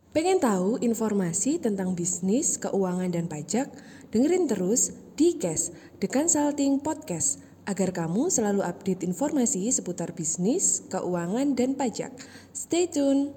Pengen tahu informasi tentang bisnis, keuangan, dan pajak? Dengerin terus di Cash, The Consulting Podcast, agar kamu selalu update informasi seputar bisnis, keuangan, dan pajak. Stay tune!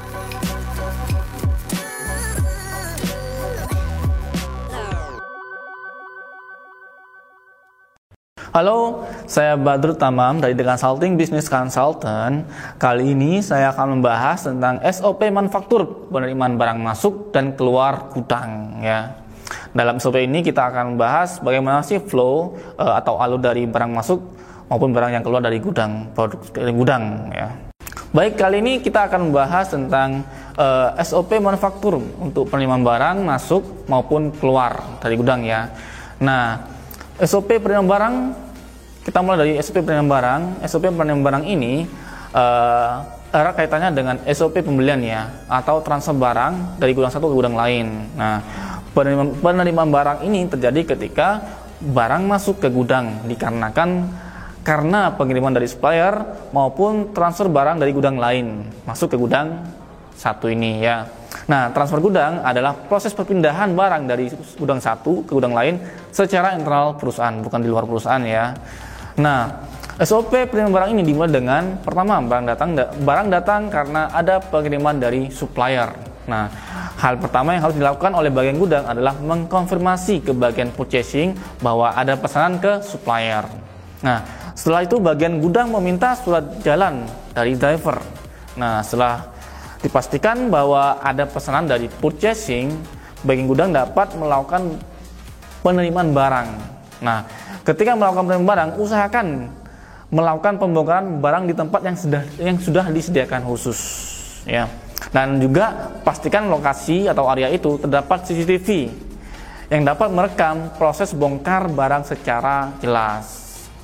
Halo, saya Badrul Tamam dari The Consulting Business Consultant. Kali ini saya akan membahas tentang SOP manufaktur penerimaan barang masuk dan keluar gudang ya. Dalam SOP ini kita akan membahas bagaimana sih flow atau alur dari barang masuk maupun barang yang keluar dari gudang, produk dari gudang ya. Baik, kali ini kita akan membahas tentang SOP manufaktur untuk penerimaan barang masuk maupun keluar dari gudang ya. Nah, SOP penerimaan barang, kita mulai dari SOP penerimaan barang. SOP penerimaan barang ini erat kaitannya dengan SOP pembelian ya, atau transfer barang dari gudang satu ke gudang lain. Nah, penerimaan barang ini terjadi ketika barang masuk ke gudang dikarenakan karena pengiriman dari supplier maupun transfer barang dari gudang lain masuk ke gudang satu ini ya. Nah, transfer gudang adalah proses perpindahan barang dari gudang satu ke gudang lain secara internal perusahaan, bukan di luar perusahaan ya. Nah, SOP penerimaan barang ini dimulai dengan pertama, barang datang karena ada pengiriman dari supplier. Nah, hal pertama yang harus dilakukan oleh bagian gudang adalah mengkonfirmasi ke bagian purchasing bahwa ada pesanan ke supplier. Nah, setelah itu bagian gudang meminta surat jalan dari driver. Nah, setelah dipastikan bahwa ada pesanan dari purchasing, bagian gudang dapat melakukan penerimaan barang. Nah, ketika melakukan penerimaan barang, usahakan melakukan pembongkaran barang di tempat yang sudah disediakan khusus ya. Dan juga pastikan lokasi atau area itu terdapat CCTV yang dapat merekam proses bongkar barang secara jelas.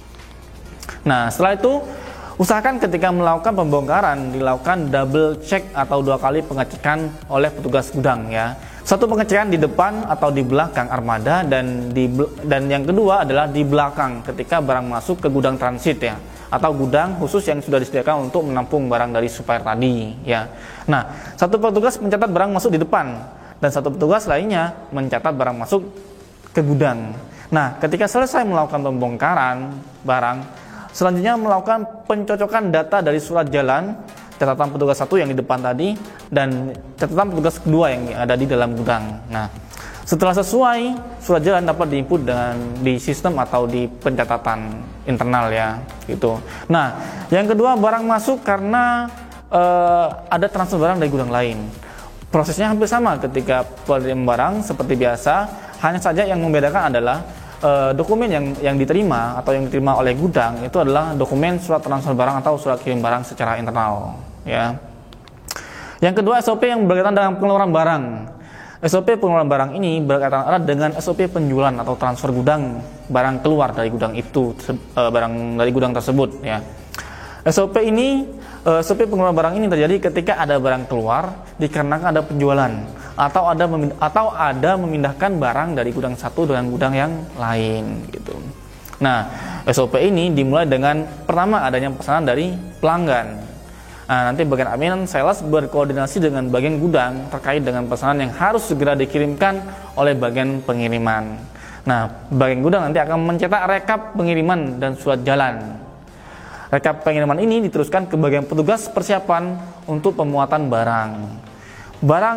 Nah, setelah itu usahakan ketika melakukan pembongkaran dilakukan double check atau 2 kali pengecekan oleh petugas gudang ya. Satu pengecekan di depan atau di belakang armada dan yang kedua adalah di belakang ketika barang masuk ke gudang transit ya, atau gudang khusus yang sudah disediakan untuk menampung barang dari supplier tadi ya. Nah, satu petugas mencatat barang masuk di depan dan satu petugas lainnya mencatat barang masuk ke gudang. Nah, ketika selesai melakukan pembongkaran barang, selanjutnya melakukan pencocokan data dari surat jalan, catatan petugas satu yang di depan tadi, dan catatan petugas kedua yang ada di dalam gudang. Nah, setelah sesuai, surat jalan dapat diinput di sistem atau di pencatatan internal ya, gitu. Nah, yang kedua, barang masuk karena ada transfer barang dari gudang lain. Prosesnya hampir sama ketika penerimaan barang seperti biasa, hanya saja yang membedakan adalah dokumen yang diterima atau yang diterima oleh gudang itu adalah dokumen surat transfer barang atau surat kirim barang secara internal ya. Yang kedua, SOP yang berkaitan dengan pengeluaran barang. SOP pengeluaran barang ini berkaitan erat dengan SOP penjualan atau transfer gudang barang keluar dari gudang itu, barang dari gudang tersebut ya. SOP pengeluaran barang ini terjadi ketika ada barang keluar dikarenakan ada penjualan atau ada memindahkan barang dari gudang satu dengan gudang yang lain gitu. Nah, SOP ini dimulai dengan pertama adanya pesanan dari pelanggan. Nah, nanti bagian admin sales berkoordinasi dengan bagian gudang terkait dengan pesanan yang harus segera dikirimkan oleh bagian pengiriman. Nah, bagian gudang nanti akan mencetak rekap pengiriman dan surat jalan. Rekap pengiriman ini diteruskan ke bagian petugas persiapan untuk pemuatan barang. Barang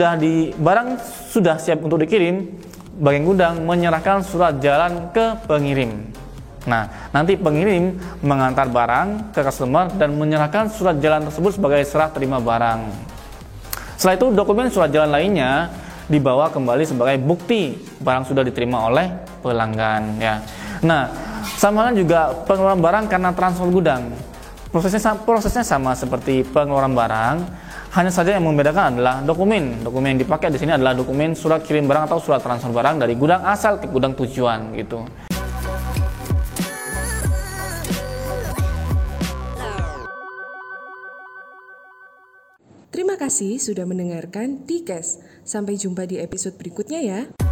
sudah siap untuk dikirim, bagian gudang menyerahkan surat jalan ke pengirim. Nah, nanti pengirim mengantar barang ke customer dan menyerahkan surat jalan tersebut sebagai serah terima barang. Setelah itu, dokumen surat jalan lainnya dibawa kembali sebagai bukti barang sudah diterima oleh pelanggan ya. Nah, sama juga pengeluaran barang karena transfer gudang. Prosesnya sama seperti pengeluaran barang, hanya saja yang membedakan adalah dokumen yang dipakai di sini adalah dokumen surat kirim barang atau surat transfer barang dari gudang asal ke gudang tujuan gitu. Terima kasih sudah mendengarkan Cash. Sampai jumpa di episode berikutnya ya.